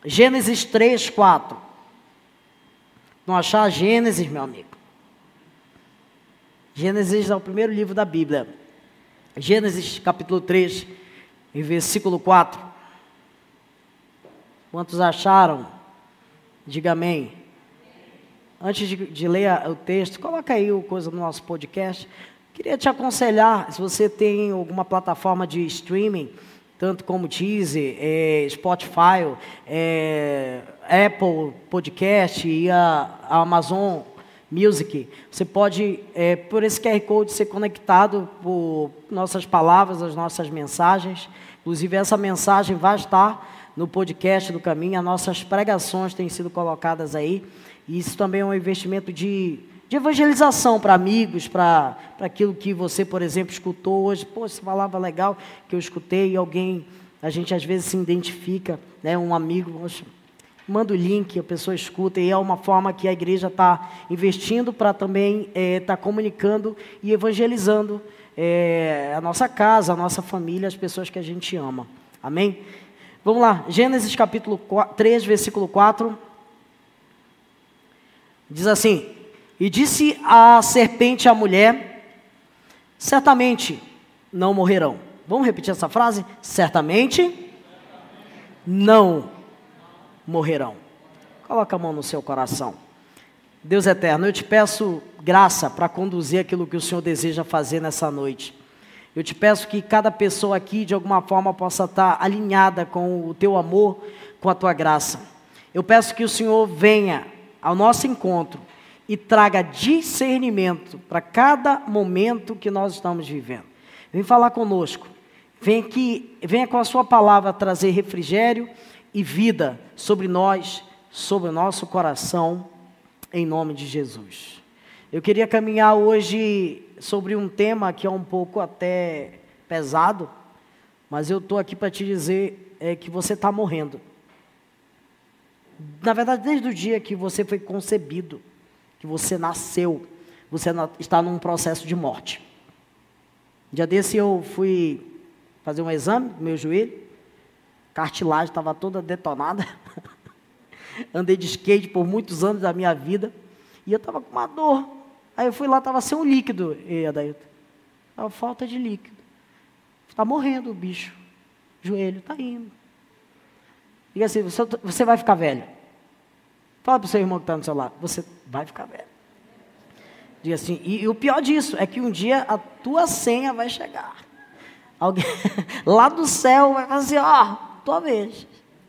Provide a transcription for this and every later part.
Gênesis 3, 4. Não achar Gênesis, meu amigo? Gênesis é o primeiro livro da Bíblia. Gênesis capítulo 3, e versículo 4. Quantos acharam? Diga amém. Antes de ler o texto, coloca aí o coisa no nosso podcast. Queria te aconselhar, se você tem alguma plataforma de streaming, tanto como Deezer, Spotify, Apple Podcast e a Amazon Music, você pode, por esse QR Code, ser conectado por nossas palavras, as nossas mensagens. Inclusive, essa mensagem vai estar no podcast do Caminho. As nossas pregações têm sido colocadas aí. E isso também é um investimento de evangelização para amigos, para aquilo que você, por exemplo, escutou hoje. Pô, essa palavra legal que eu escutei e alguém, a gente às vezes se identifica, né? Um amigo, poxa, manda o link, a pessoa escuta, e é uma forma que a igreja está investindo para também estar comunicando e evangelizando a nossa casa, a nossa família, as pessoas que a gente ama. Amém? Vamos lá, Gênesis capítulo 3, versículo 4. Diz assim: e disse a serpente à mulher: certamente não morrerão. Vamos repetir essa frase? Certamente não morrerão. Coloca a mão no seu coração. Deus eterno, eu te peço graça para conduzir aquilo que o Senhor deseja fazer nessa noite. Eu te peço que cada pessoa aqui, de alguma forma, possa estar alinhada com o teu amor, com a tua graça. Eu peço que o Senhor venha ao nosso encontro e traga discernimento para cada momento que nós estamos vivendo. Vem falar conosco. Venha com a sua palavra trazer refrigério e vida sobre nós, sobre o nosso coração, em nome de Jesus. Eu queria caminhar hoje sobre um tema que é um pouco até pesado, mas eu estou aqui para te dizer que você está morrendo. Na verdade, desde o dia que você foi concebido, que você nasceu, você está num processo de morte. Um dia desse eu fui fazer um exame do meu joelho, cartilagem estava toda detonada, andei de skate por muitos anos da minha vida, e eu estava com uma dor. Aí eu fui lá, estava sem um líquido, Adailton. Estava falta de líquido. Está morrendo o bicho, o joelho está indo. Diga assim, você vai ficar velho. Fala para o seu irmão que está no seu lado, você vai ficar velho. Diga assim, e o pior disso é que um dia a tua senha vai chegar. Alguém lá do céu vai fazer, tua vez.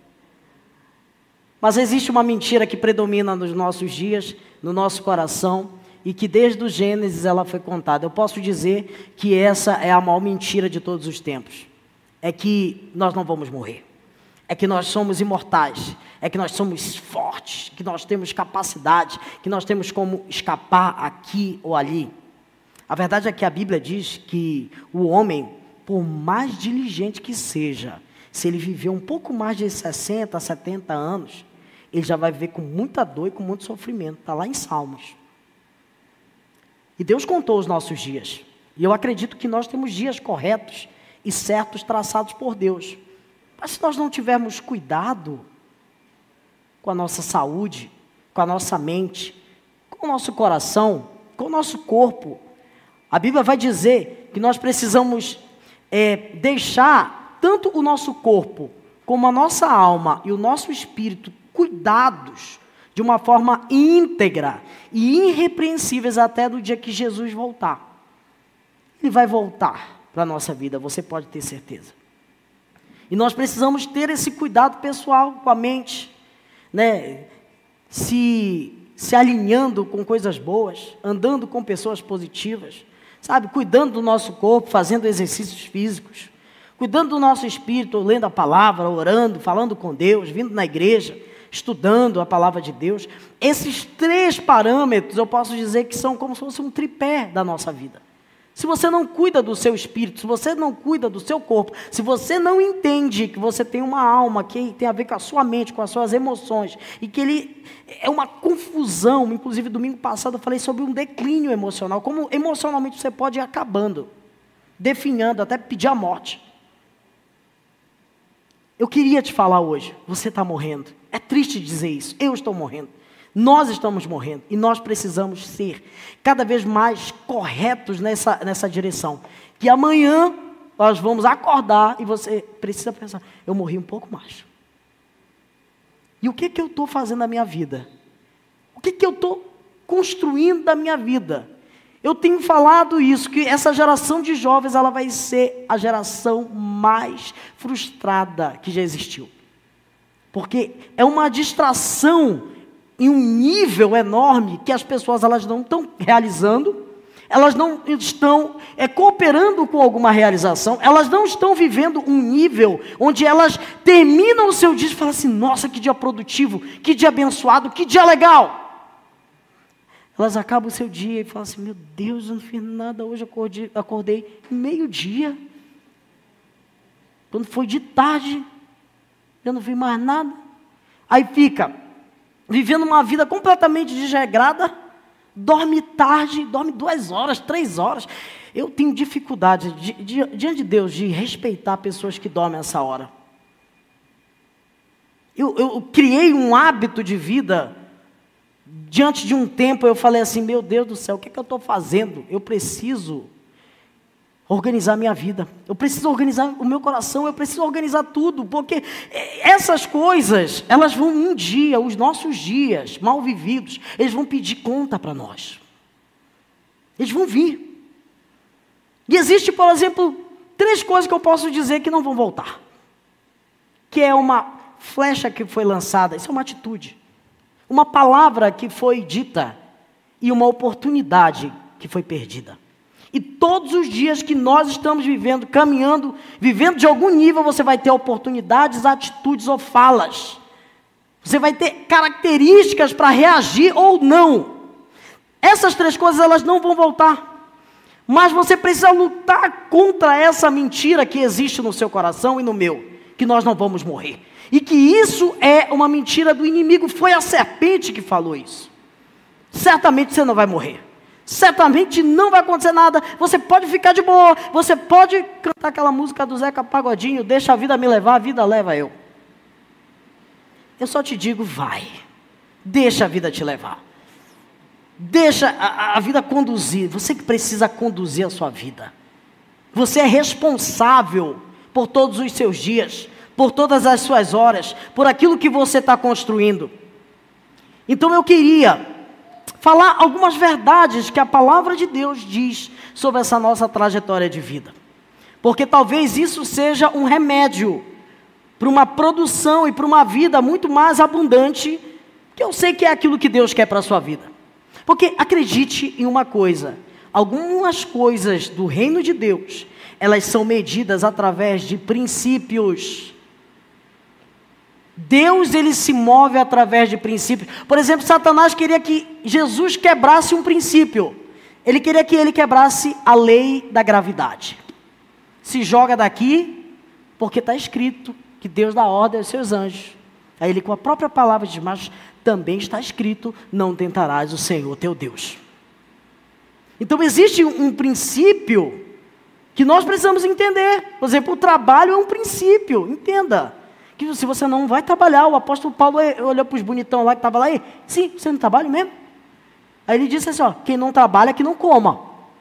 Mas existe uma mentira que predomina nos nossos dias, no nosso coração, e que desde o Gênesis ela foi contada. Eu posso dizer que essa é a maior mentira de todos os tempos. É que nós não vamos morrer. É que nós somos imortais. É que nós somos fortes, que nós temos capacidade, que nós temos como escapar aqui ou ali. A verdade é que a Bíblia diz que o homem, por mais diligente que seja, se ele viver um pouco mais de 60, 70 anos, ele já vai viver com muita dor e com muito sofrimento. Está lá em Salmos. E Deus contou os nossos dias. E eu acredito que nós temos dias corretos e certos traçados por Deus. Mas se nós não tivermos cuidado com a nossa saúde, com a nossa mente, com o nosso coração, com o nosso corpo, a Bíblia vai dizer que nós precisamos deixar tanto o nosso corpo, como a nossa alma e o nosso espírito cuidados de uma forma íntegra e irrepreensíveis até do dia que Jesus voltar. Ele vai voltar para a nossa vida, você pode ter certeza. E nós precisamos ter esse cuidado pessoal com a mente, né? Se alinhando com coisas boas, andando com pessoas positivas, sabe? Cuidando do nosso corpo, fazendo exercícios físicos, cuidando do nosso espírito, lendo a palavra, orando, falando com Deus, vindo na igreja, estudando a palavra de Deus. Esses 3 parâmetros eu posso dizer que são como se fosse um tripé da nossa vida. Se você não cuida do seu espírito, se você não cuida do seu corpo, se você não entende que você tem uma alma que tem a ver com a sua mente, com as suas emoções, e que ele é uma confusão, inclusive domingo passado eu falei sobre um declínio emocional, como emocionalmente você pode ir acabando, definhando, até pedir a morte. Eu queria te falar hoje, você está morrendo. É triste dizer isso, eu estou morrendo. Nós estamos morrendo e nós precisamos ser cada vez mais corretos nessa direção. Que amanhã nós vamos acordar e você precisa pensar, eu morri um pouco mais. E o que eu estou fazendo na minha vida? O que eu estou construindo da minha vida? Eu tenho falado isso, que essa geração de jovens, ela vai ser a geração mais frustrada que já existiu. Porque é uma distração em um nível enorme que as pessoas elas não estão realizando, elas não estão cooperando com alguma realização, elas não estão vivendo um nível onde elas terminam o seu dia e falam assim, nossa, que dia produtivo, que dia abençoado, que dia legal. Elas acabam o seu dia e falam assim, meu Deus, eu não fiz nada hoje, acordei meio-dia. Quando foi de tarde, eu não vi mais nada. Aí fica vivendo uma vida completamente desregrada, dorme tarde, dorme 2 horas, 3 horas. Eu tenho dificuldade, diante de Deus, de respeitar pessoas que dormem essa hora. Eu criei um hábito de vida. Diante de um tempo eu falei assim, meu Deus do céu, o que eu estou fazendo? Eu preciso organizar minha vida, eu preciso organizar o meu coração, eu preciso organizar tudo, porque essas coisas, elas vão um dia, os nossos dias mal vividos, eles vão pedir conta para nós. Eles vão vir. E existe, por exemplo, 3 coisas que eu posso dizer que não vão voltar. Que é uma flecha que foi lançada, isso é uma atitude. Uma palavra que foi dita e uma oportunidade que foi perdida. E todos os dias que nós estamos vivendo, caminhando, vivendo de algum nível, você vai ter oportunidades, atitudes ou falas. Você vai ter características para reagir ou não. Essas 3 coisas elas não vão voltar. Mas você precisa lutar contra essa mentira que existe no seu coração e no meu, que nós não vamos morrer. E que isso é uma mentira do inimigo, foi a serpente que falou isso. Certamente você não vai morrer. Certamente não vai acontecer nada, você pode ficar de boa, você pode cantar aquela música do Zeca Pagodinho, deixa a vida me levar, a vida leva eu. Eu só te digo, vai, deixa a vida te levar, deixa a vida conduzir, você que precisa conduzir a sua vida, você é responsável por todos os seus dias, por todas as suas horas, por aquilo que você está construindo. Então eu queria falar algumas verdades que a palavra de Deus diz sobre essa nossa trajetória de vida. Porque talvez isso seja um remédio para uma produção e para uma vida muito mais abundante, que eu sei que é aquilo que Deus quer para a sua vida. Porque acredite em uma coisa, algumas coisas do reino de Deus, elas são medidas através de princípios. Deus, ele se move através de princípios. Por exemplo, Satanás queria que Jesus quebrasse um princípio. Ele queria que ele quebrasse a lei da gravidade. Se joga daqui, porque está escrito que Deus dá ordem aos seus anjos. Aí ele com a própria palavra diz, mas também está escrito, não tentarás o Senhor teu Deus. Então existe um princípio que nós precisamos entender. Por exemplo, o trabalho é um princípio, entenda. Que se você não vai trabalhar, o apóstolo Paulo olhou para os bonitão lá que estavam lá, sim, você não trabalha mesmo? Aí ele disse assim, ó, quem não trabalha, que não coma.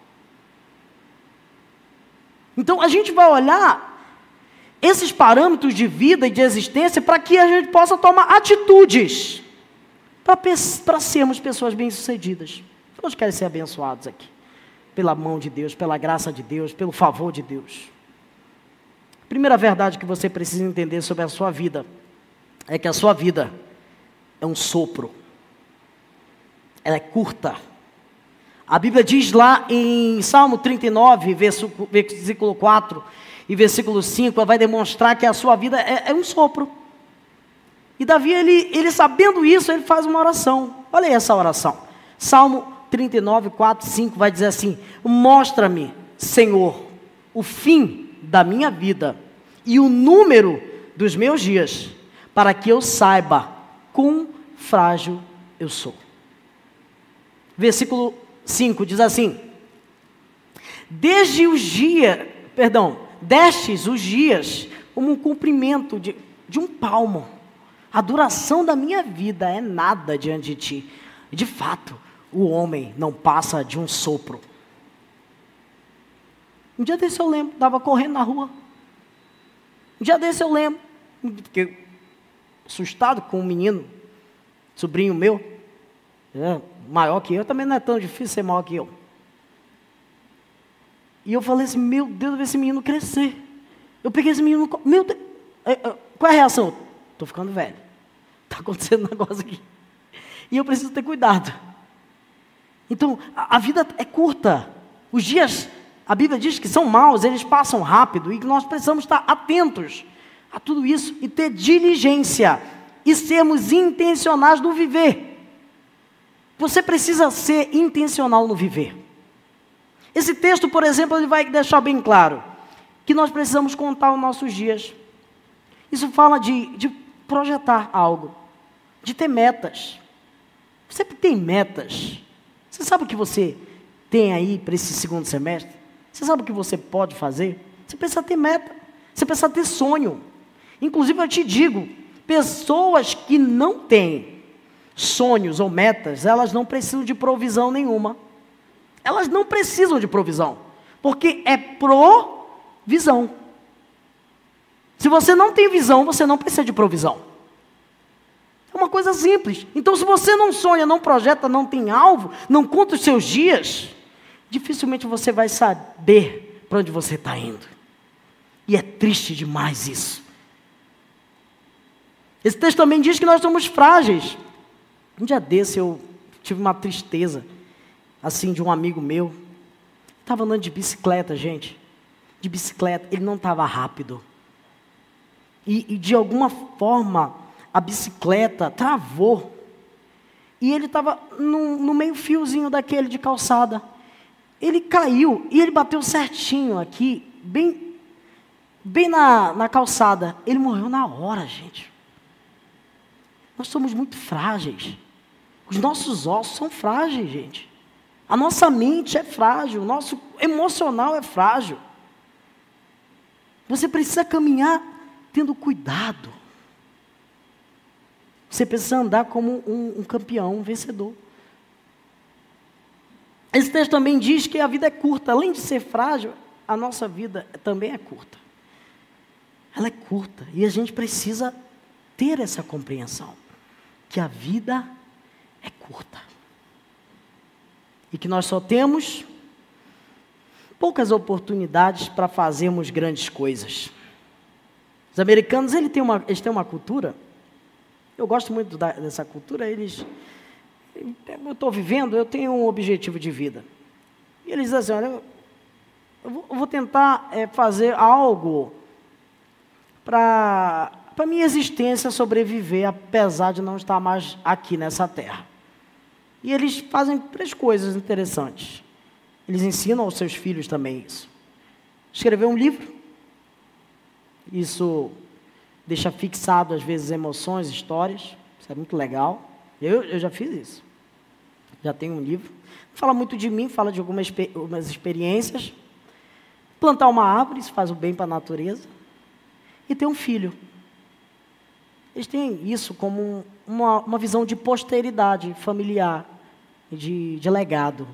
Então a gente vai olhar esses parâmetros de vida e de existência para que a gente possa tomar atitudes para sermos pessoas bem-sucedidas. Todos querem ser abençoados aqui, pela mão de Deus, pela graça de Deus, pelo favor de Deus. Primeira verdade que você precisa entender sobre a sua vida é que a sua vida é um sopro. Ela é curta. A Bíblia diz lá em Salmo 39, versículo 4 e versículo 5, ela vai demonstrar que a sua vida é um sopro. E Davi, ele sabendo isso, ele faz uma oração. Olha aí essa oração. Salmo 39, 4, 5 vai dizer assim, mostra-me, Senhor, o fim da minha vida e o número dos meus dias, para que eu saiba quão frágil eu sou. Versículo 5 diz assim, destes os dias como um cumprimento, de um palmo. A duração da minha vida é nada diante de ti. De fato, o homem não passa de um sopro. Um dia desse eu lembro, estava correndo na rua. Um dia desse eu lembro, fiquei assustado com um menino, sobrinho meu, maior que eu, também não é tão difícil ser maior que eu. E eu falei assim, meu Deus, ver esse menino crescer. Eu peguei esse menino, meu Deus, qual é a reação? Estou ficando velho. Está acontecendo um negócio aqui. E eu preciso ter cuidado. Então, a vida é curta. Os dias, a Bíblia diz que são maus, eles passam rápido. E que nós precisamos estar atentos a tudo isso. E ter diligência. E sermos intencionais no viver. Você precisa ser intencional no viver. Esse texto, por exemplo, ele vai deixar bem claro que nós precisamos contar os nossos dias. Isso fala de projetar algo, de ter metas. Você tem metas? Você sabe o que você tem aí para esse segundo semestre? Você sabe o que você pode fazer? Você precisa ter meta, você precisa ter sonho. Inclusive eu te digo, pessoas que não têm sonhos ou metas, elas não precisam de provisão nenhuma. Elas não precisam de provisão, porque é provisão. Se você não tem visão, você não precisa de provisão. É uma coisa simples. Então, se você não sonha, não projeta, não tem alvo, não conta os seus dias, dificilmente você vai saber para onde você está indo. E é triste demais isso. Esse texto também diz que nós somos frágeis. Um dia desse eu tive uma tristeza, assim, de um amigo meu. Estava andando de bicicleta, gente. De bicicleta, ele não estava rápido. E de alguma forma, a bicicleta travou. E ele estava no meio fiozinho daquele de calçada. Ele caiu e ele bateu certinho aqui, bem na calçada. Ele morreu na hora, gente. Nós somos muito frágeis. Os nossos ossos são frágeis, gente. A nossa mente é frágil, o nosso emocional é frágil. Você precisa caminhar tendo cuidado. Você precisa andar como um campeão, um vencedor. Esse texto também diz que a vida é curta. Além de ser frágil, a nossa vida também é curta. Ela é curta e a gente precisa ter essa compreensão. Que a vida é curta. E que nós só temos poucas oportunidades para fazermos grandes coisas. Os americanos, eles têm uma cultura, eu gosto muito dessa cultura, eu estou vivendo, eu tenho um objetivo de vida. E eles dizem assim, olha, eu vou tentar fazer algo para a minha existência sobreviver, apesar de não estar mais aqui nessa terra. E eles fazem 3 coisas interessantes. Eles ensinam aos seus filhos também isso. Escrever um livro. Isso deixa fixado, às vezes, emoções, histórias. Isso é muito legal. Eu já fiz isso. Já tenho um livro. Não fala muito de mim, fala de algumas experiências. Plantar uma árvore, isso faz o bem para a natureza. E ter um filho. Eles têm isso como uma visão de posteridade familiar, de legado.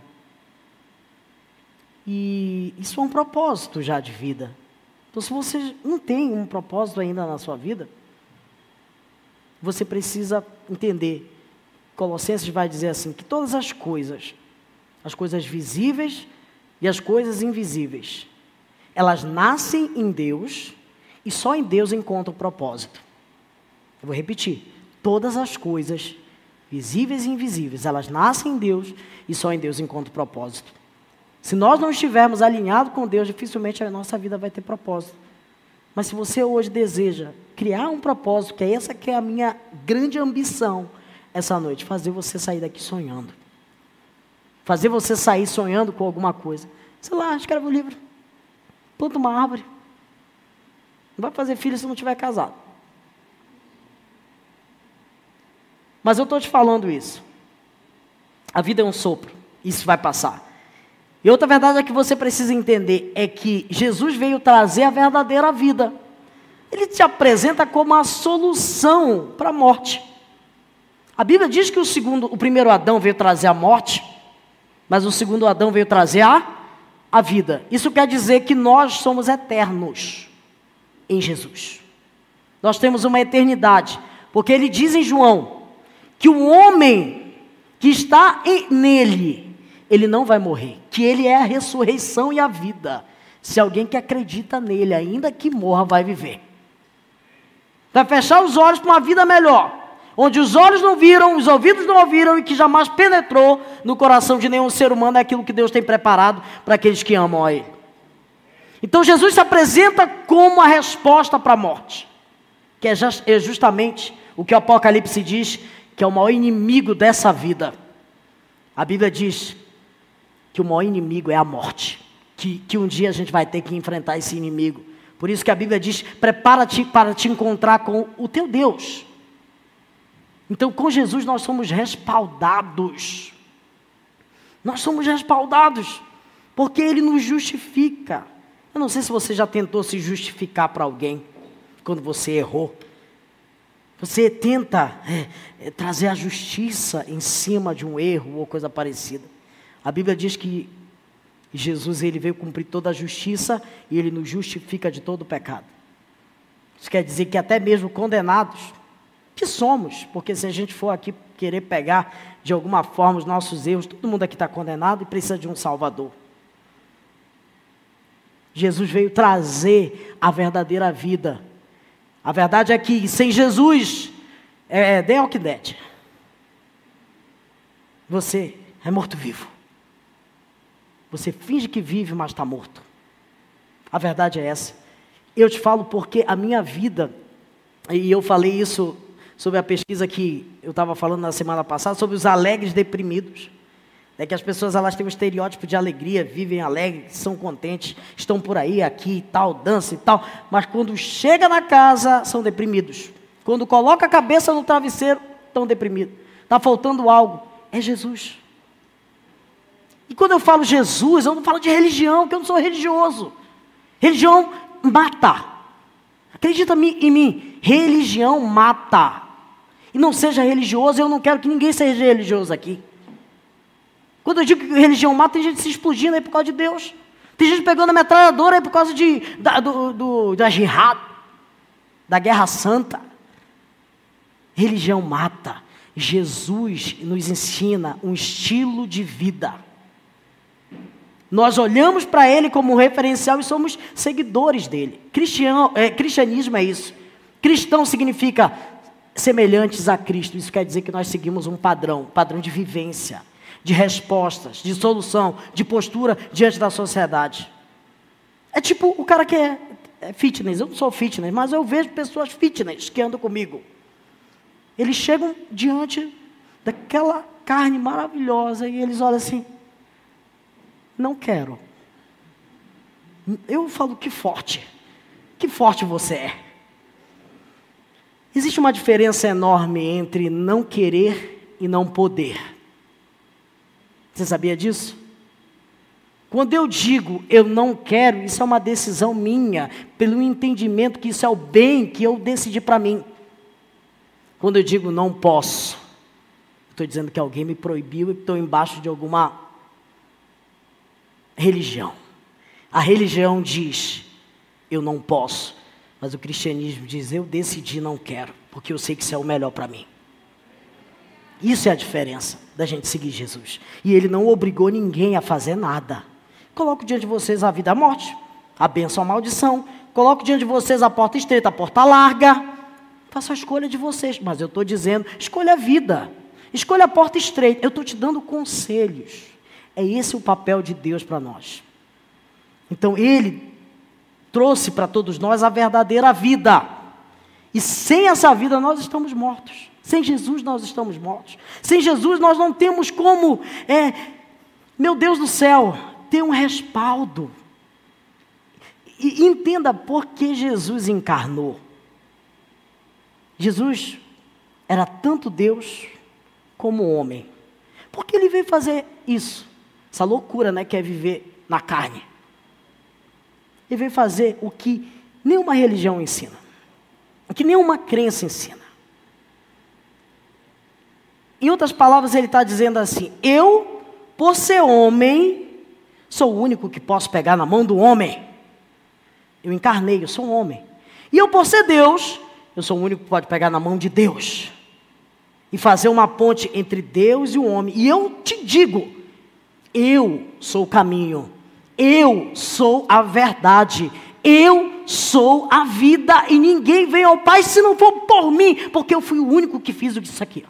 E isso é um propósito já de vida. Então, se você não tem um propósito ainda na sua vida, você precisa entender. Colossenses vai dizer assim, que todas as coisas visíveis e as coisas invisíveis, elas nascem em Deus e só em Deus encontram o propósito. Eu vou repetir. Todas as coisas, visíveis e invisíveis, elas nascem em Deus e só em Deus encontram o propósito. Se nós não estivermos alinhados com Deus, dificilmente a nossa vida vai ter propósito. Mas se você hoje deseja criar um propósito, que é essa que é a minha grande ambição essa noite, fazer você sair daqui sonhando. Fazer você sair sonhando com alguma coisa. Sei lá, escreve um livro. Planta uma árvore. Não vai fazer filho se não estiver casado. Mas eu estou te falando isso. A vida é um sopro. Isso vai passar. E outra verdade é que você precisa entender é que Jesus veio trazer a verdadeira vida. Ele te apresenta como a solução para a morte. A Bíblia diz que o primeiro Adão veio trazer a morte, mas o segundo Adão veio trazer a vida. Isso quer dizer que nós somos eternos em Jesus. Nós temos uma eternidade, porque ele diz em João que o homem que está nele, ele não vai morrer, que ele é a ressurreição e a vida. Se alguém que acredita nele, ainda que morra, vai viver. Vai fechar os olhos para uma vida melhor, onde os olhos não viram, os ouvidos não ouviram e que jamais penetrou no coração de nenhum ser humano é aquilo que Deus tem preparado para aqueles que amam a Ele. Então Jesus se apresenta como a resposta para a morte, que é justamente o que o Apocalipse diz, que é o maior inimigo dessa vida. A Bíblia diz que o maior inimigo é a morte, que um dia a gente vai ter que enfrentar esse inimigo. Por isso que a Bíblia diz, prepara-te para te encontrar com o teu Deus. Então com Jesus nós somos respaldados. Nós somos respaldados, porque Ele nos justifica. Eu não sei se você já tentou se justificar para alguém, quando você errou. Você tenta trazer a justiça em cima de um erro ou coisa parecida. A Bíblia diz que Jesus ele veio cumprir toda a justiça e Ele nos justifica de todo o pecado. Isso quer dizer que até mesmo condenados, que somos, porque se a gente for aqui querer pegar de alguma forma os nossos erros, todo mundo aqui está condenado e precisa de um Salvador. Jesus veio trazer a verdadeira vida. A verdade é que sem Jesus, The Walking Dead, você é morto-vivo. Você finge que vive, mas está morto. A verdade é essa. Eu te falo porque a minha vida, e eu falei isso sobre a pesquisa que eu estava falando na semana passada, sobre os alegres deprimidos. É que as pessoas elas têm um estereótipo de alegria, vivem alegres, são contentes, estão por aí, aqui e tal, dançam e tal, mas quando chega na casa, são deprimidos. Quando coloca a cabeça no travesseiro, estão deprimidos. Está faltando algo. É Jesus. E quando eu falo Jesus, eu não falo de religião, porque eu não sou religioso. Religião mata. Acredita em mim, religião mata. E não seja religioso, eu não quero que ninguém seja religioso aqui. Quando eu digo que religião mata, tem gente se explodindo aí por causa de Deus. Tem gente pegando a metralhadora aí por causa da jihad, da guerra santa. Religião mata. Jesus nos ensina um estilo de vida. Nós olhamos para Ele como um referencial e somos seguidores dEle. Cristianismo é isso. Cristão significa semelhantes a Cristo. Isso quer dizer que nós seguimos um padrão de vivência, de respostas, de solução, de postura diante da sociedade. É tipo o cara que é fitness. Eu não sou fitness, mas eu vejo pessoas fitness que andam comigo. Eles chegam diante daquela carne maravilhosa e eles olham assim, não quero. Eu falo, que forte você é. Existe uma diferença enorme entre não querer e não poder. Você sabia disso? Quando eu digo eu não quero, isso é uma decisão minha, pelo entendimento que isso é o bem que eu decidi para mim. Quando eu digo não posso, estou dizendo que alguém me proibiu e estou embaixo de alguma religião. A religião diz, eu não posso, mas o cristianismo diz, eu decidi não quero, porque eu sei que isso é o melhor para mim. Isso é a diferença da gente seguir Jesus. E Ele não obrigou ninguém a fazer nada. Coloco diante de vocês a vida e a morte, a bênção, a maldição. Coloco diante de vocês a porta estreita, a porta larga. Faça a escolha de vocês. Mas eu estou dizendo, escolha a vida. Escolha a porta estreita. Eu estou te dando conselhos. É esse o papel de Deus para nós. Então Ele trouxe para todos nós a verdadeira vida. E sem essa vida nós estamos mortos. Sem Jesus nós estamos mortos. Sem Jesus nós não temos como, meu Deus do céu, ter um respaldo. E entenda por que Jesus encarnou. Jesus era tanto Deus como homem. Por que Ele veio fazer isso? Essa loucura, né, que é viver na carne. Ele veio fazer o que nenhuma religião ensina. que nenhuma crença ensina. Em outras palavras, ele está dizendo assim: eu, por ser homem, sou o único que posso pegar na mão do homem. Eu encarnei, eu sou um homem. E eu, por ser Deus, eu sou o único que pode pegar na mão de Deus e fazer uma ponte entre Deus e o homem. E eu te digo, eu sou o caminho, eu sou a verdade, eu sou a vida, e ninguém vem ao Pai se não for por mim, porque eu fui o único que fiz isso aqui.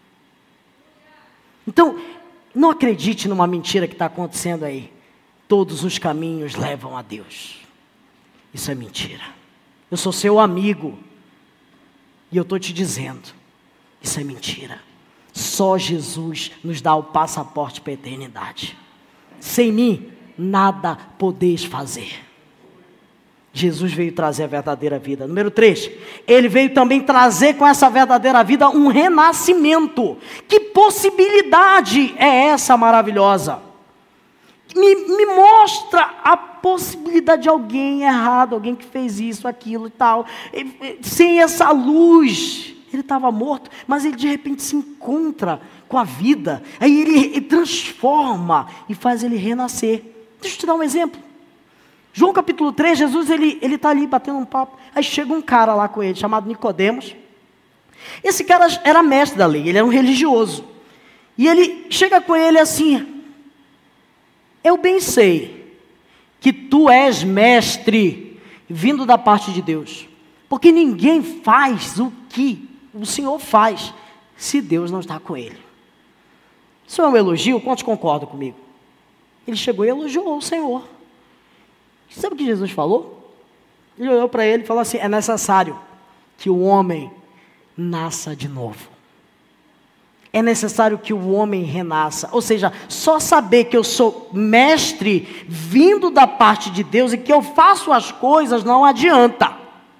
Então, não acredite numa mentira que está acontecendo aí. Todos os caminhos levam a Deus. Isso é mentira. Eu sou seu amigo e eu estou te dizendo, isso é mentira. Só Jesus nos dá o passaporte para a eternidade. Sem mim, nada podeis fazer. Jesus veio trazer a verdadeira vida. Número 3, ele veio também trazer com essa verdadeira vida um renascimento. Que possibilidade é essa maravilhosa? Me mostra a possibilidade de alguém errado, alguém que fez isso, aquilo e tal. Sem essa luz, ele estava morto, mas ele de repente se encontra com a vida. Aí ele transforma e faz ele renascer. Deixa eu te dar um exemplo. João capítulo 3, Jesus ele está ali batendo um papo. Aí chega um cara lá com ele, chamado Nicodemos. Esse cara era mestre da lei, ele era um religioso. E ele chega com ele assim: eu bem sei que tu és mestre, vindo da parte de Deus. Porque ninguém faz o que o Senhor faz, se Deus não está com ele. Isso é um elogio? Quantos concordam comigo? Ele chegou e elogiou o Senhor. Sabe o que Jesus falou? Ele olhou para ele e falou assim: é necessário que o homem nasça de novo. É necessário que o homem renasça. Ou seja, só saber que eu sou mestre vindo da parte de Deus e que eu faço as coisas não adianta.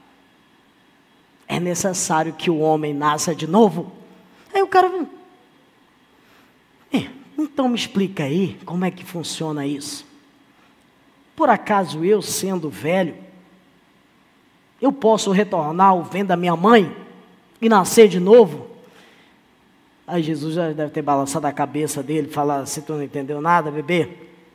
É necessário que o homem nasça de novo. Aí o cara... então me explica aí como é que funciona isso. Por acaso eu, sendo velho, eu posso retornar ao ventre da minha mãe e nascer de novo? Aí Jesus já deve ter balançado a cabeça dele e falar: se tu não entendeu nada, bebê,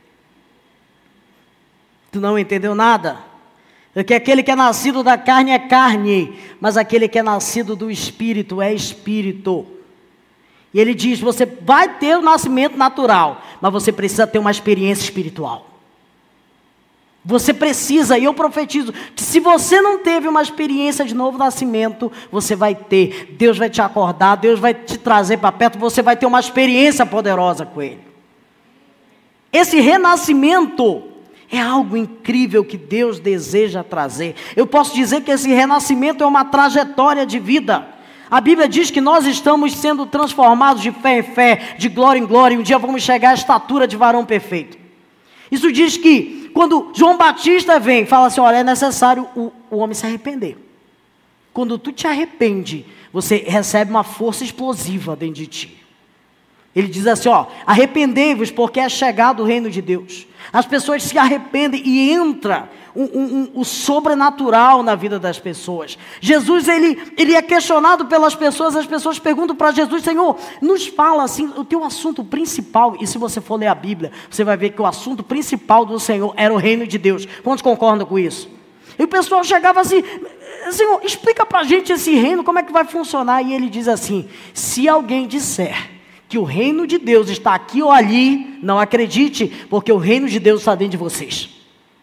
tu não entendeu nada. Porque aquele que é nascido da carne é carne, mas aquele que é nascido do Espírito é Espírito. E ele diz: você vai ter o nascimento natural, mas você precisa ter uma experiência espiritual. Você precisa, e eu profetizo, que se você não teve uma experiência de novo nascimento, você vai ter. Deus vai te acordar, Deus vai te trazer para perto, você vai ter uma experiência poderosa com Ele. Esse renascimento é algo incrível que Deus deseja trazer. Eu posso dizer que esse renascimento é uma trajetória de vida. A Bíblia diz que nós estamos sendo transformados de fé em fé, de glória em glória, e um dia vamos chegar à estatura de varão perfeito. Isso diz que quando João Batista vem, fala assim: olha, é necessário o homem se arrepender. Quando tu te arrepende, você recebe uma força explosiva dentro de ti. Ele diz assim: ó, arrependei-vos porque é chegado o reino de Deus. As pessoas se arrependem e entra o sobrenatural na vida das pessoas. Jesus, ele é questionado pelas pessoas, as pessoas perguntam para Jesus: Senhor, nos fala assim, o teu assunto principal. E se você for ler a Bíblia, você vai ver que o assunto principal do Senhor era o reino de Deus. Quantos concordam com isso? E o pessoal chegava assim: Senhor, explica para a gente esse reino, como é que vai funcionar? E ele diz assim: se alguém disser que o reino de Deus está aqui ou ali, não acredite, porque o reino de Deus está dentro de vocês.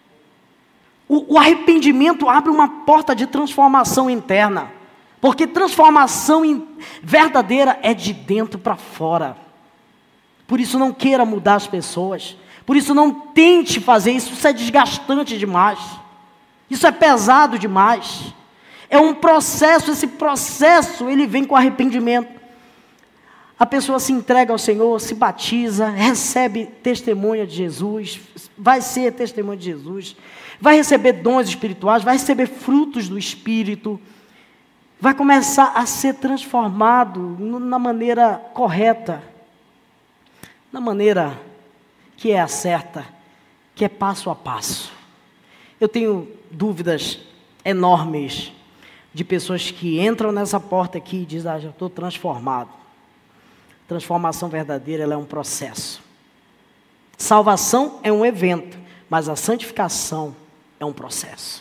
O arrependimento abre uma porta de transformação interna, porque transformação verdadeira é de dentro para fora. Por isso não queira mudar as pessoas, por isso não tente fazer isso, isso é desgastante demais, isso é pesado demais, é um processo, esse processo ele vem com arrependimento. A pessoa se entrega ao Senhor, se batiza, recebe testemunha de Jesus, vai ser testemunha de Jesus, vai receber dons espirituais, vai receber frutos do Espírito, vai começar a ser transformado na maneira correta, na maneira que é a certa, que é passo a passo. Eu tenho dúvidas enormes de pessoas que entram nessa porta aqui e dizem, já estou transformado. Transformação verdadeira, ela é um processo. Salvação é um evento, mas a santificação é um processo.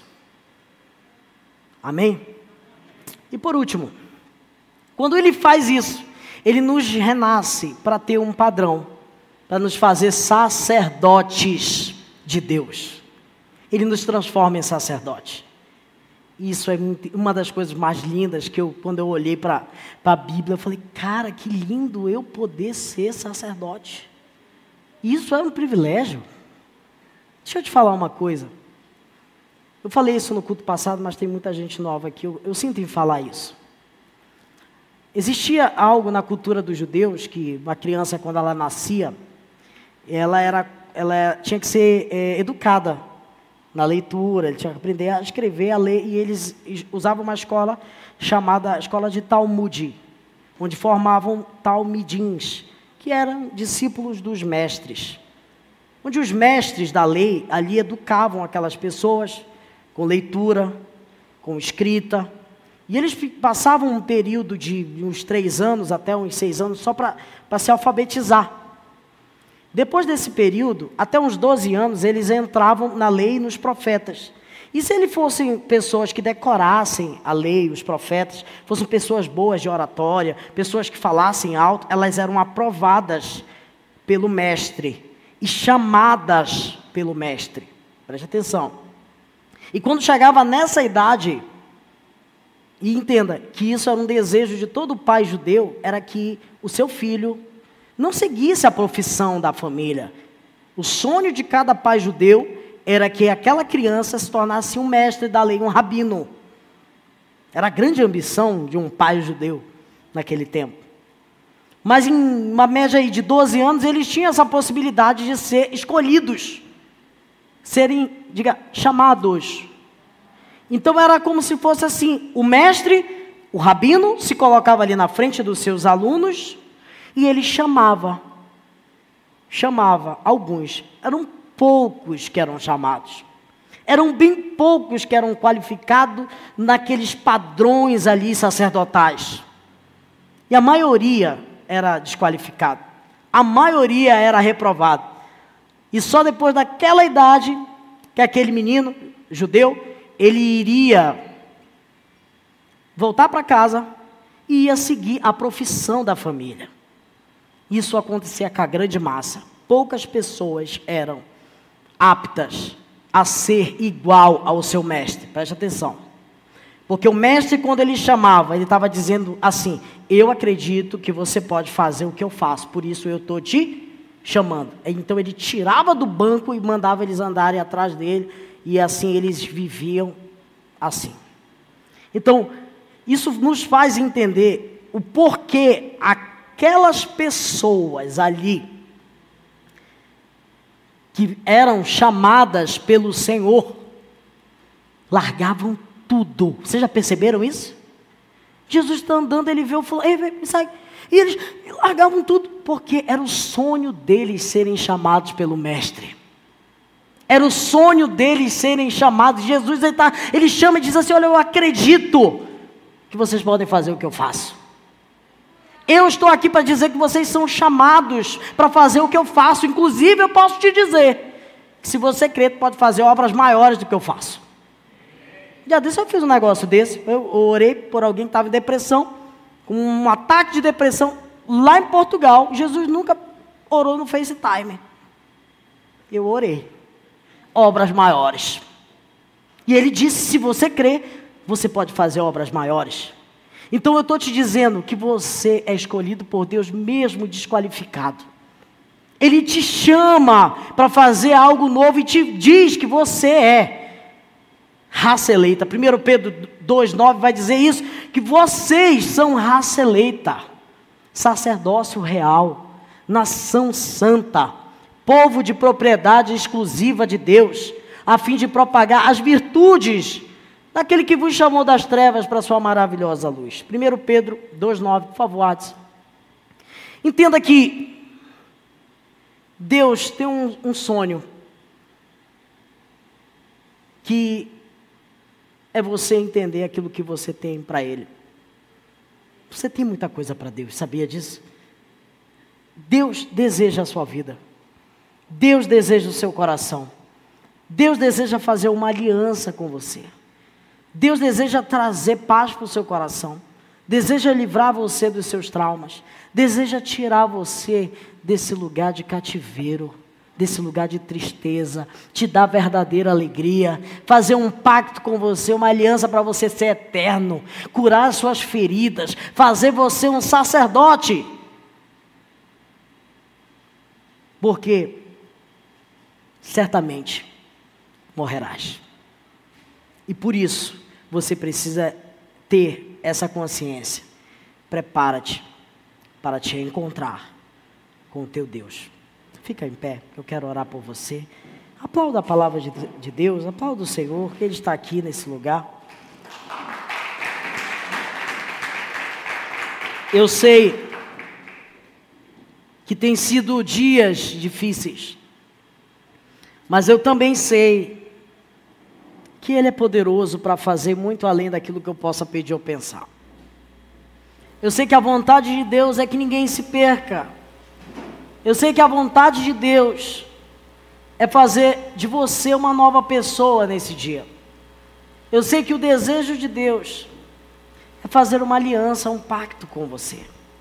Amém? E por último, quando ele faz isso, ele nos renasce para ter um padrão, para nos fazer sacerdotes de Deus. Ele nos transforma em sacerdote. Isso é uma das coisas mais lindas que quando eu olhei para a Bíblia, eu falei, cara, que lindo eu poder ser sacerdote. Isso é um privilégio. Deixa eu te falar uma coisa. Eu falei isso no culto passado, mas tem muita gente nova aqui. Eu sinto em falar isso. Existia algo na cultura dos judeus, que uma criança, quando ela nascia, ela tinha que ser educada na leitura, ele tinha que aprender a escrever, a ler, e eles usavam uma escola chamada Escola de Talmud, onde formavam talmidins, que eram discípulos dos mestres, onde os mestres da lei ali educavam aquelas pessoas com leitura, com escrita, e eles passavam um período de uns 3 anos até uns 6 anos só para se alfabetizar. Depois desse período, até uns 12 anos, eles entravam na lei e nos profetas. E se eles fossem pessoas que decorassem a lei, os profetas, fossem pessoas boas de oratória, pessoas que falassem alto, elas eram aprovadas pelo mestre e chamadas pelo mestre. Preste atenção. E quando chegava nessa idade, e entenda que isso era um desejo de todo pai judeu, era que o seu filho não seguisse a profissão da família. O sonho de cada pai judeu era que aquela criança se tornasse um mestre da lei, um rabino. Era a grande ambição de um pai judeu naquele tempo. Mas em uma média aí de 12 anos, eles tinham essa possibilidade de ser escolhidos, serem, chamados. Então era como se fosse assim, o mestre, o rabino, se colocava ali na frente dos seus alunos, e ele chamava alguns. Eram poucos que eram chamados. Eram bem poucos que eram qualificados naqueles padrões ali sacerdotais. E a maioria era desqualificado. A maioria era reprovado. E só depois daquela idade, que aquele menino judeu, ele iria voltar para casa e ia seguir a profissão da família. Isso acontecia com a grande massa. Poucas pessoas eram aptas a ser igual ao seu mestre. Preste atenção. Porque o mestre, quando ele chamava, ele estava dizendo assim, eu acredito que você pode fazer o que eu faço, por isso eu estou te chamando. Então ele tirava do banco e mandava eles andarem atrás dele, e assim eles viviam assim. Então, isso nos faz entender o porquê aquelas pessoas ali, que eram chamadas pelo Senhor, largavam tudo. Vocês já perceberam isso? Jesus está andando, ele vê, falou, ei, me segue. E eles largavam tudo, porque era o sonho deles serem chamados pelo Mestre. Era o sonho deles serem chamados. Jesus, ele chama e diz assim, olha, eu acredito que vocês podem fazer o que eu faço. Eu estou aqui para dizer que vocês são chamados para fazer o que eu faço. Inclusive, eu posso te dizer que se você crer, pode fazer obras maiores do que eu faço. Já disse, eu fiz um negócio desse. Eu orei por alguém que estava em depressão, com um ataque de depressão, lá em Portugal. Jesus nunca orou no FaceTime. Eu orei. Obras maiores. E ele disse, se você crer, você pode fazer obras maiores. Então eu estou te dizendo que você é escolhido por Deus mesmo desqualificado. Ele te chama para fazer algo novo e te diz que você é raça eleita. 1 Pedro 2,9 vai dizer isso, que vocês são raça eleita, sacerdócio real, nação santa, povo de propriedade exclusiva de Deus, a fim de propagar as virtudes daquele que vos chamou das trevas para a sua maravilhosa luz. 1 Pedro 2,9, por favor, Adson. Entenda que Deus tem um sonho que é você entender aquilo que você tem para Ele. Você tem muita coisa para Deus, sabia disso? Deus deseja a sua vida. Deus deseja o seu coração. Deus deseja fazer uma aliança com você. Deus deseja trazer paz para o seu coração. Deseja livrar você dos seus traumas. Deseja tirar você desse lugar de cativeiro, desse lugar de tristeza, te dar verdadeira alegria, fazer um pacto com você, uma aliança para você ser eterno, curar as suas feridas, fazer você um sacerdote. Porque certamente morrerás. E por isso você precisa ter essa consciência. Prepara-te para te encontrar com o teu Deus. Fica em pé, eu quero orar por você. Aplauda a palavra de Deus, aplauda o Senhor, que Ele está aqui nesse lugar. Eu sei que tem sido dias difíceis, mas eu também sei que Ele é poderoso para fazer muito além daquilo que eu possa pedir ou pensar. Eu sei que a vontade de Deus é que ninguém se perca. Eu sei que a vontade de Deus é fazer de você uma nova pessoa nesse dia. Eu sei que o desejo de Deus é fazer uma aliança, um pacto com você.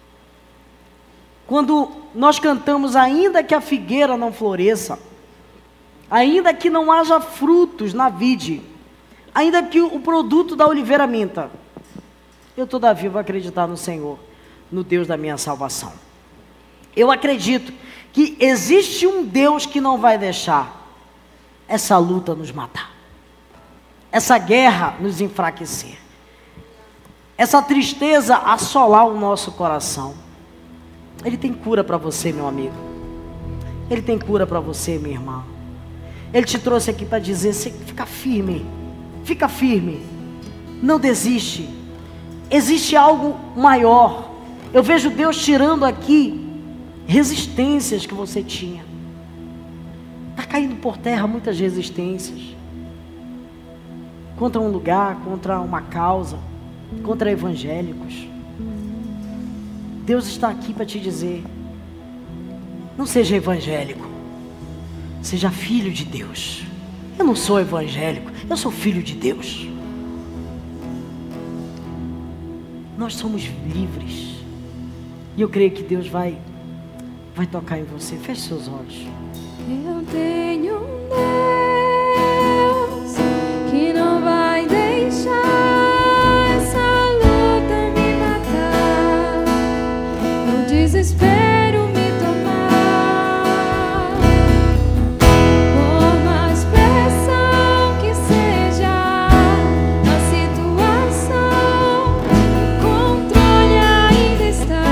Quando nós cantamos, ainda que a figueira não floresça, ainda que não haja frutos na vide, ainda que o produto da oliveira minta, eu todavia vou acreditar no Senhor, no Deus da minha salvação. Eu acredito que existe um Deus que não vai deixar essa luta nos matar, essa guerra nos enfraquecer, essa tristeza assolar o nosso coração. Ele tem cura para você, meu amigo. Ele tem cura para você, minha irmã. Ele te trouxe aqui para dizer, fica firme, não desiste. Existe algo maior. Eu vejo Deus tirando aqui resistências que você tinha. Está caindo por terra muitas resistências. Contra um lugar, contra uma causa, contra evangélicos. Deus está aqui para te dizer, não seja evangélico, seja filho de Deus. Eu não sou evangélico, eu sou filho de Deus. Nós somos livres. E eu creio que Deus vai tocar em você. Feche seus olhos. Eu tenho um Deus que não vai deixar essa luta me matar, no desespero me tomar. Por mais pressão que seja a situação, o controle ainda está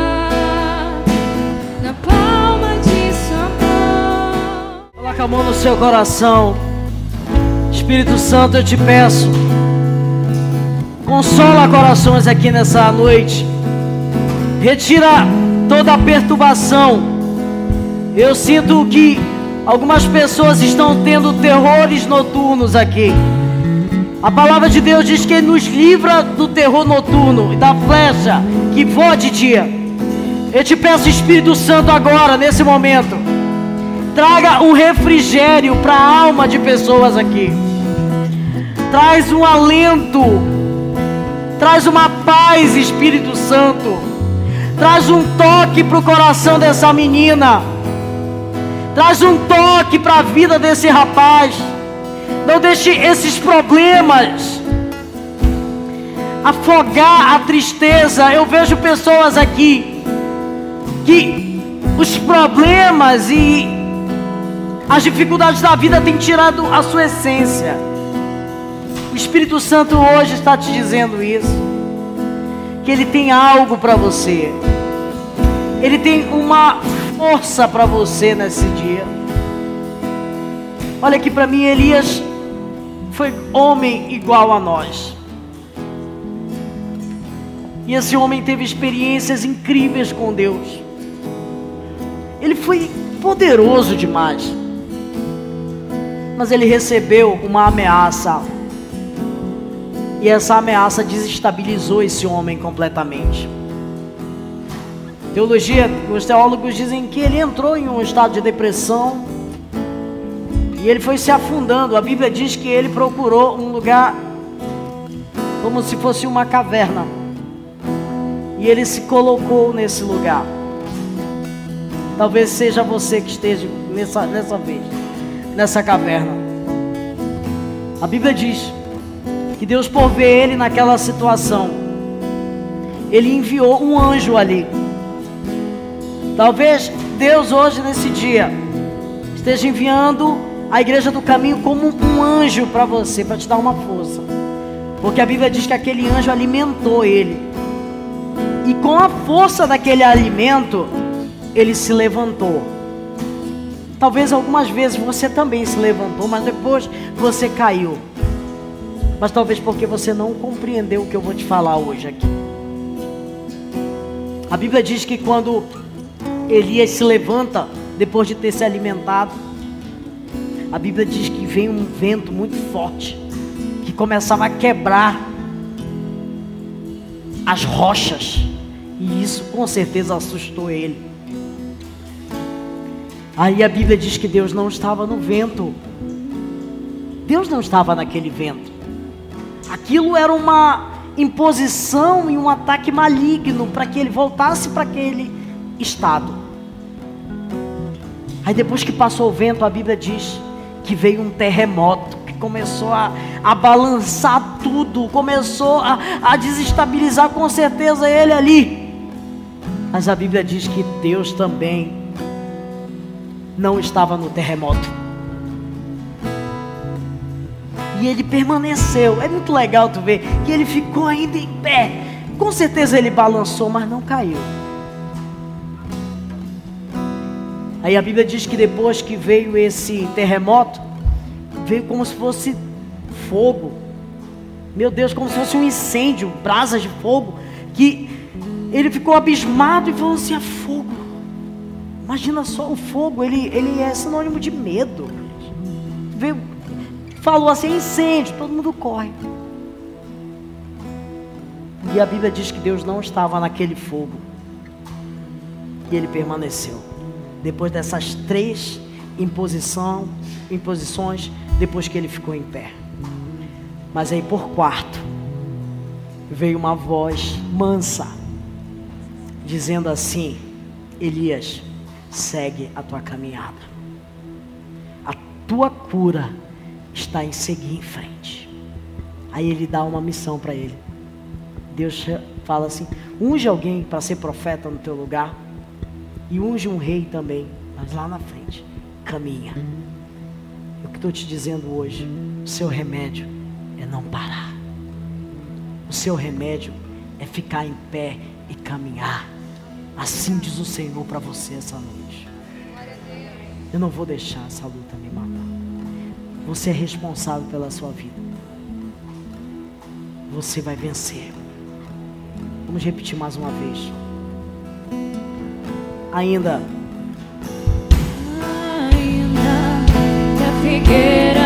na palma de sua mão. Coloca a mão no seu coração. Espírito Santo, eu te peço, consola corações aqui nessa noite. Retira toda a perturbação. Eu sinto que algumas pessoas estão tendo terrores noturnos aqui. A palavra de Deus diz que Ele nos livra do terror noturno e da flecha que voa de dia. Eu te peço, Espírito Santo, agora, nesse momento, traga um refrigério para a alma de pessoas aqui. Traz um alento, traz uma paz, Espírito Santo. Traz um toque para o coração dessa menina. Traz um toque para a vida desse rapaz. Não deixe esses problemas afogar a tristeza. Eu vejo pessoas aqui que os problemas e as dificuldades da vida têm tirado a sua essência. O Espírito Santo hoje está te dizendo isso, que Ele tem algo para você. Ele tem uma força para você nesse dia. Olha aqui para mim, Elias foi homem igual a nós. E esse homem teve experiências incríveis com Deus. Ele foi poderoso demais. Mas ele recebeu uma ameaça. E essa ameaça desestabilizou esse homem completamente. Teologia, os teólogos dizem que ele entrou em um estado de depressão e ele foi se afundando. A Bíblia diz que ele procurou um lugar como se fosse uma caverna e ele se colocou nesse lugar. Talvez seja você que esteja nessa caverna. A Bíblia diz que Deus, por ver ele naquela situação, ele enviou um anjo ali. Talvez Deus hoje, nesse dia, esteja enviando a Igreja do Caminho como um anjo para você, para te dar uma força. Porque a Bíblia diz que aquele anjo alimentou ele. E com a força daquele alimento, ele se levantou. Talvez algumas vezes você também se levantou, mas depois você caiu. Mas talvez porque você não compreendeu o que eu vou te falar hoje aqui. A Bíblia diz que quando Elias se levanta, depois de ter se alimentado, a Bíblia diz que veio um vento muito forte, que começava a quebrar as rochas, e isso com certeza assustou ele. Aí a Bíblia diz que Deus não estava no vento. Deus não estava naquele vento. Aquilo era uma imposição e um ataque maligno para que ele voltasse para aquele estado. Aí depois que passou o vento, a Bíblia diz que veio um terremoto que começou a balançar tudo, começou a desestabilizar com certeza ele ali. Mas a Bíblia diz que Deus também não estava no terremoto. E ele permaneceu. É muito legal tu ver que ele ficou ainda em pé. Com certeza ele balançou, mas não caiu. Aí a Bíblia diz que depois que veio esse terremoto, veio como se fosse fogo. Meu Deus, como se fosse um incêndio, brasas de fogo, que ele ficou abismado e falou assim: é fogo. Imagina só, o fogo, ele é sinônimo de medo. Veio, falou assim: incêndio, todo mundo corre. E a Bíblia diz que Deus não estava naquele fogo. E ele permaneceu. Depois dessas 3 imposições, depois que ele ficou em pé. Mas aí por quarto, veio uma voz mansa, dizendo assim: Elias, segue a tua caminhada. A tua cura está em seguir em frente. Aí ele dá uma missão para ele. Deus fala assim: unge alguém para ser profeta no teu lugar, e unge um rei também, mas lá na frente, caminha. O que estou te dizendo hoje, o seu remédio é não parar. O seu remédio é ficar em pé e caminhar. Assim diz o Senhor para você essa noite. Eu não vou deixar essa luta me matar. Você é responsável pela sua vida. Você vai vencer. Vamos repetir mais uma vez. Ainda que a figueira